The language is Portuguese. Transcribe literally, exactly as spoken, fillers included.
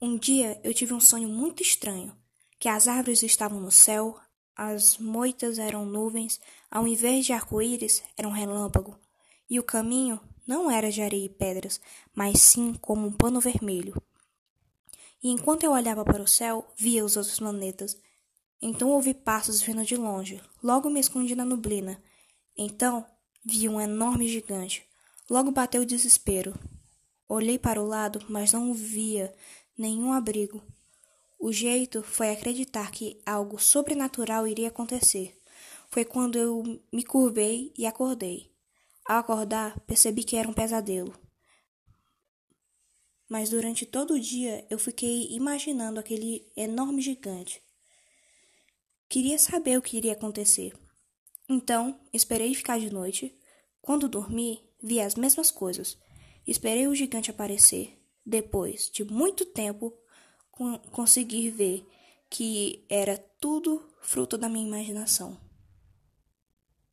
Um dia eu tive um sonho muito estranho, que as árvores estavam no céu, as moitas eram nuvens, ao invés de arco-íris era um relâmpago, e o caminho não era de areia e pedras, mas sim como um pano vermelho. E enquanto eu olhava para o céu, via os outros planetas. Então ouvi passos vindo de longe, logo me escondi na neblina. Então vi um enorme gigante. Logo bateu o desespero. Olhei para o lado, mas não via nenhum abrigo. O jeito foi acreditar que algo sobrenatural iria acontecer. Foi quando eu me curvei e acordei. Ao acordar, percebi que era um pesadelo. Mas durante todo o dia eu fiquei imaginando aquele enorme gigante. Queria saber o que iria acontecer. Então, esperei ficar de noite. Quando dormi, vi as mesmas coisas. Esperei o gigante aparecer. Depois de muito tempo, con- consegui ver que era tudo fruto da minha imaginação.